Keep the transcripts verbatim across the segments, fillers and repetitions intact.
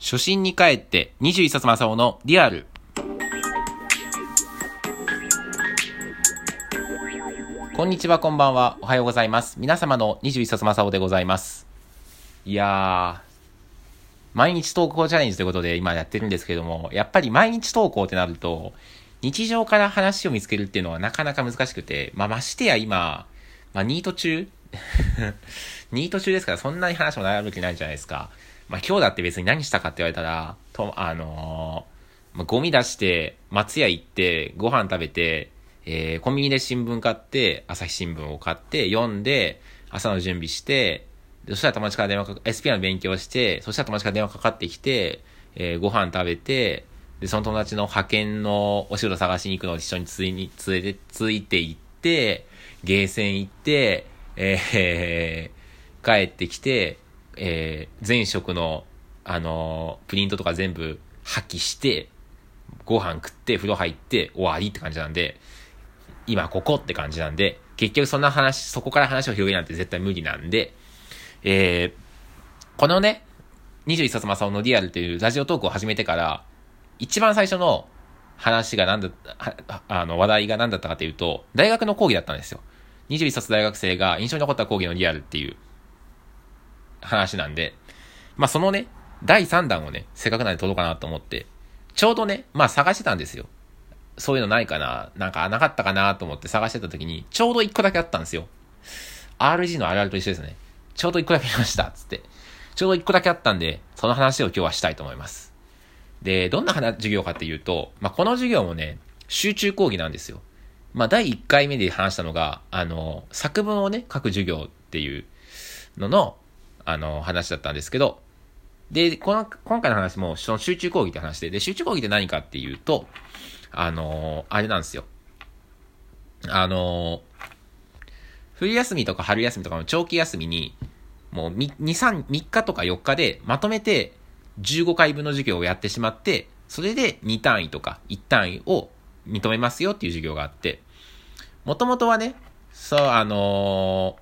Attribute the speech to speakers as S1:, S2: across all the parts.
S1: 初心に帰ってにじゅういっさつ正雄のリアル。こんにちは、こんばんは、おはようございます。皆様のにじゅういっさつ正雄でございます。いやー、毎日投稿チャレンジということで今やってるんですけども、やっぱり毎日投稿ってなると日常から話を見つけるっていうのはなかなか難しくて、まあましてや今、まあニート中ニート中ですからそんなに話もなるわけないじゃないですか。まあ今日だって別に何したかって言われたら、とあのー、まあ、ゴミ出して松屋行ってご飯食べて、えー、コンビニで新聞買って朝日新聞を買って読んで朝の準備して、そしたら友達から電話か エスピーアイ の勉強して、そしたら友達から電話かかってきて、えー、ご飯食べて、でその友達の派遣のお仕事探しに行くのを一緒についについてついて行って、ゲーセン行って、えー、帰ってきて、えー、前職のあのー、プリントとか全部破棄して、ご飯食って風呂入って終わりって感じなんで、今ここって感じなんで、結局そんな話、そこから話を広げるなんて絶対無理なんで、えー、このね、にじゅういっさつ正雄のリアルというラジオトークを始めてから、一番最初の話が何だ、あの話題が何だったかというと、大学の講義だったんですよ。にじゅういっさつ大学生が印象に残った講義のリアルっていう話なんで、まあそのね、だいさんだんをね、せっかくなんで撮ろうかなと思って、ちょうどね、まあ探してたんですよ。そういうのないかな、なんかなかったかなと思って探してた時に、ちょうどいっこだけあったんですよ。アールジー のあるあると一緒ですね。ちょうどいっこだけ見ました、つって。ちょうどいっこだけあったんで、その話を今日はしたいと思います。で、どんな授業かっていうと、まあ、この授業もね、集中講義なんですよ。まあ、だいいっかいめで話したのが、あの、作文をね、書く授業っていうのの、あの、話だったんですけど、で、この、今回の話も、その集中講義って話で、で、集中講義って何かっていうと、あの、あれなんですよ。あの、冬休みとか春休みとかの長期休みに、もうに、さん、みっかとかよっかでまとめてじゅうごかいぶんの授業をやってしまって、それでに単位とかいち単位を認めますよっていう授業があって、もともとはね、そう、あのー、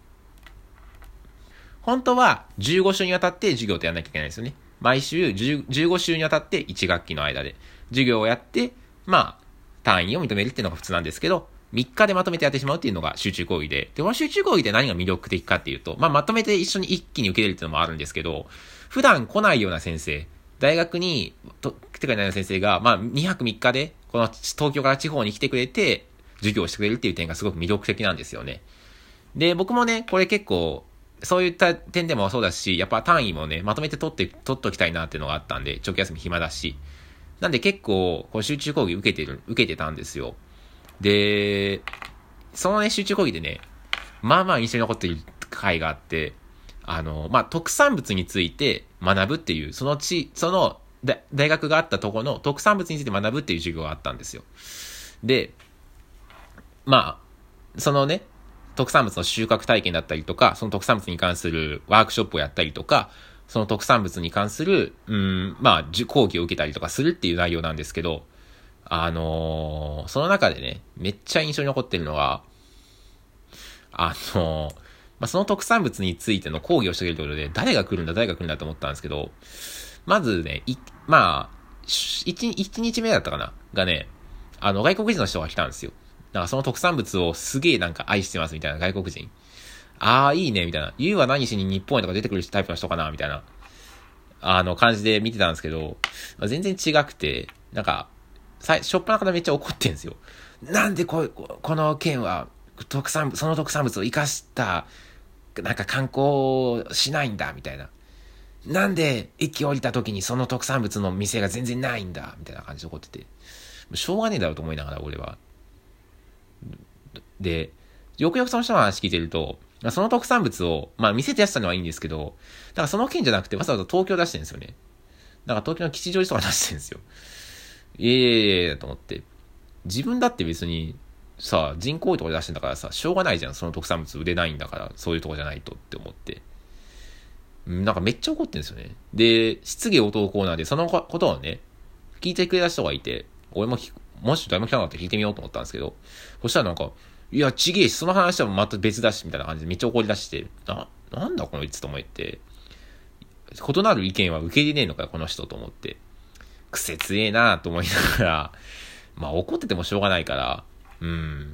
S1: 本当はじゅうご週にわたって授業ってやんなきゃいけないですよね。毎週じゅうご週にわたっていち学期の間で授業をやって、まあ、単位を認めるっていうのが普通なんですけど、みっかでまとめてやってしまうっていうのが集中講義で、で、この集中講義で何が魅力的かっていうと、まあ、まとめて一緒に一気に受けれるっていうのもあるんですけど、普段来ないような先生、大学にと来てくれないような先生が、まあ、にはくみっかで、この東京から地方に来てくれて、授業をしてくれるっていう点がすごく魅力的なんですよね。で、僕もね、これ結構、そういった点でもそうだし、やっぱ単位もね、まとめて取って、取っときたいなっていうのがあったんで、長期休み暇だし。なんで結構、こう集中講義受けてる、受けてたんですよ。で、そのね、集中講義でね、まあまあ印象に残っている回があって、あの、まあ、特産物について学ぶっていう、その地、その、大学があったところの特産物について学ぶっていう授業があったんですよ。で、まあ、そのね、特産物の収穫体験だったりとか、その特産物に関するワークショップをやったりとか、その特産物に関する、うん、まあ、講義を受けたりとかするっていう内容なんですけど、あのー、その中でね、めっちゃ印象に残ってるのが、あのー、まあ、その特産物についての講義をしてくれるということで、誰が来るんだ、誰が来るんだと思ったんですけど、まずね、い、まあ、一、一日目だったかながね、あの、外国人の人が来たんですよ。なんかその特産物をすげえなんか愛してますみたいな外国人。ああ、いいね、みたいな。ゆうは何しに日本へとか出てくるタイプの人かなみたいな、あの、感じで見てたんですけど、全然違くて、なんか、最初っ端からめっちゃ怒ってんですよ。なんでこ、この県は、特産、その特産物を生かした、なんか観光しないんだ、みたいな。なんで、駅降りた時にその特産物の店が全然ないんだ、みたいな感じで怒ってて。しょうがねえだろうと思いながら、俺は。で、よくよくその人の話聞いてると、その特産物を、まあ店で出したのはいいんですけど、だからその県じゃなくてわざわざ東京出してるんですよね。だから東京の吉祥寺とか出してるんですよ。いえいえいえと思って。自分だって別に、さ、人口多いところで出してんだからさ、しょうがないじゃん。その特産物売れないんだから、そういうとこじゃないとって思って。なんかめっちゃ怒ってるんですよね。で、質疑応答コーナーでそのことをね、聞いてくれた人がいて、俺ももし誰も聞かなかったら聞いてみようと思ったんですけど、そしたらなんか、いや、ちげえし、その話はまた別だし、みたいな感じでめっちゃ怒り出して、な、なんだこのいつと思って、 異なる意見は受け入れねえのかよ、この人と思って。癖強えなと思いながら、まあ怒っててもしょうがないから、うん。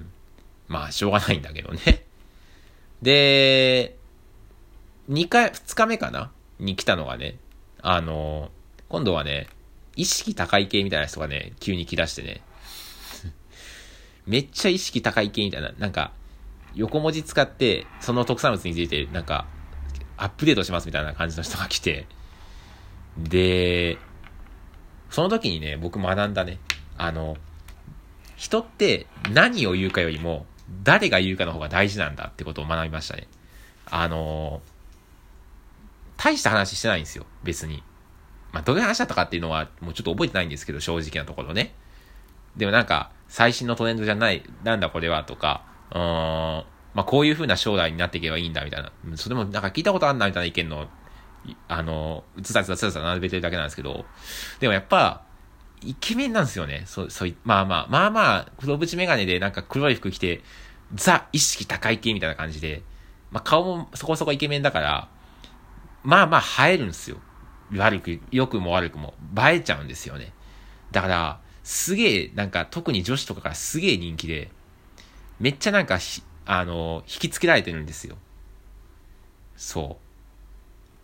S1: まあしょうがないんだけどね。で、にかい、ふつかめかなに来たのがね、あの、今度はね、意識高い系みたいな人がね、急に来だしてね、めっちゃ意識高い系みたいな、なんか、横文字使って、その特産物について、なんか、アップデートしますみたいな感じの人が来て、で、その時にね、僕学んだね、あの、人って何を言うかよりも、誰が言うかの方が大事なんだってことを学びましたね。あの、大した話してないんですよ、別に。まあ、どういう話だったかっていうのは、もうちょっと覚えてないんですけど、正直なところね。でもなんか、最新のトレンドじゃない、なんだこれはとか、うーん、まあ、こういう風な将来になっていけばいいんだみたいな。それもなんか聞いたことあんなみたいな意見の、あの、つたつたつたつた並べてるだけなんですけど、でもやっぱ、イケメンなんですよね。そう、そうい、まあまあ、まあまあ、黒縁メガネでなんか黒い服着て、ザ意識高い系みたいな感じで、まあ顔もそこそこイケメンだから、まあまあ映えるんですよ。悪く、良くも悪くも。映えちゃうんですよね。だから、すげえ、なんか特に女子とかからすげえ人気で、めっちゃなんかあの、引きつけられてるんですよ。そう。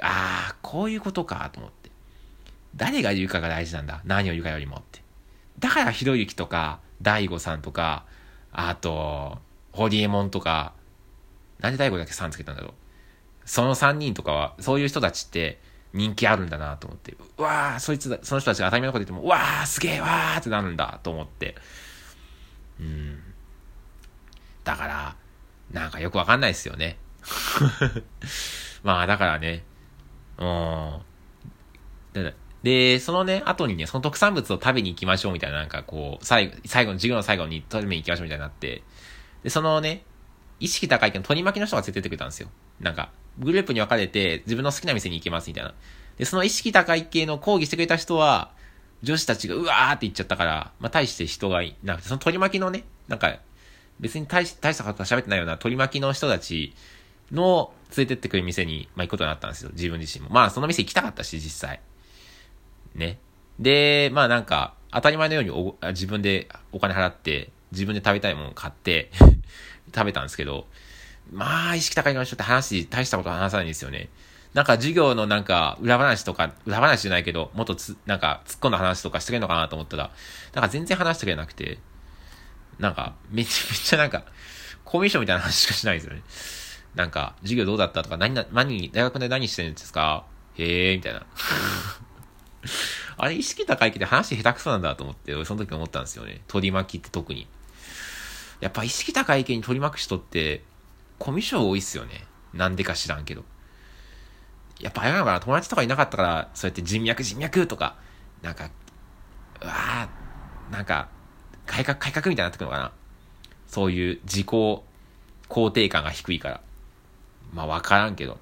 S1: ああ、こういうことかと思って。誰が言うかが大事なんだ。何を言うかよりもって。だからひろゆきとか、大悟さんとか、あと、ホリエモンとか、なんで大悟だけさんつけたんだろう。そのさんにんとかは、そういう人たちって人気あるんだなと思って。うわー、そいつだ、その人たちが当たり前のこと言っても、うわー、すげー、わーってなるんだと思って。うん。だから、なんかよくわかんないですよね。まあ、だからね。うん。で、で、そのね、後にね、その特産物を食べに行きましょうみたいな、なんかこう、最後、最後の授業の最後に食べに行きましょうみたいになって、で、そのね、意識高いけど取り巻きの人が連れてってくれたんですよ。なんか、グループに分かれて自分の好きな店に行けますみたいな。で、その意識高い系の講義してくれた人は、女子たちがうわーって言っちゃったから、まあ、大して人がいなくて、その取り巻きのね、なんか、別に大し大したことは喋ってないような取り巻きの人たちの連れてってくれる店に、まあ、行くことになったんですよ。自分自身も。まあ、その店行きたかったし、実際。ね。で、まあなんか、当たり前のようにお自分でお金払って、自分で食べたいものを買って、食べたんですけど、まあ、意識高いの人って話、大したことは話さないんですよね。なんか授業のなんか、裏話とか、裏話じゃないけど、もっとつ、なんか、突っ込んだ話とかしてくれるのかなと思ったら、なんか全然話してくれなくて、なんか、めちゃめちゃなんか、コミュ障みたいな話しかしないですよね。なんか、授業どうだったとか、何、何、大学で何してるんですかへー、みたいな。あれ、意識高いけど話下手くそなんだと思って、その時思ったんですよね。取り巻きって特に。やっぱ意識高い系に取り巻く人って、コミュ障多いっすよね。なんでか知らんけど。やっぱあれなのかな、友達とかいなかったから、そうやって人脈人脈とか、なんか、うわー、なんか、改革改革みたいになってくるのかな。そういう自己肯定感が低いから。まあわからんけど。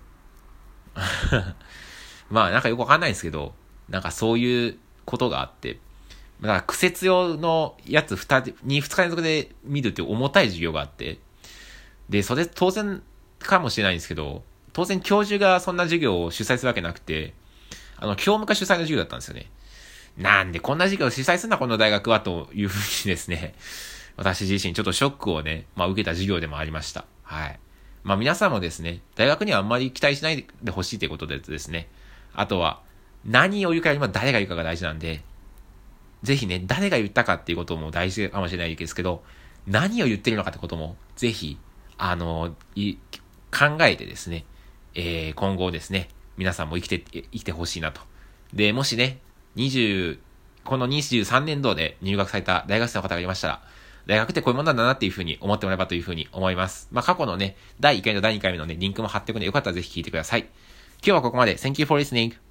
S1: まあなんかよくわかんないですけど、なんかそういうことがあって、だから苦節用のやつ二つに二日連続で見るっていう重たい授業があって、で、それ当然かもしれないんですけど、当然教授がそんな授業を主催するわけなくて、あの、教務課主催の授業だったんですよね。なんでこんな授業を主催するんだこの大学はというふうにですね、私自身ちょっとショックをね、まあ受けた授業でもありました。はい。まあ皆さんもですね、大学にはあんまり期待しないでほしいということでですね、あとは、何を言うかよりも誰が言うかが大事なんで、ぜひね、誰が言ったかっていうことも大事かもしれないですけど、何を言ってるのかってことも、ぜひ、あの、い考えてですね、えー、今後ですね、皆さんも生きて、生きてほしいなと。で、もしね、にじゅう、このにじゅうさんねん度で入学された大学生の方がいましたら、大学ってこういうものなんだなっていうふうに思ってもらえばというふうに思います。まあ、過去のね、だいいっかいとだいにかいめのね、リンクも貼っておくので、よかったらぜひ聞いてください。今日はここまで。Thank you for listening.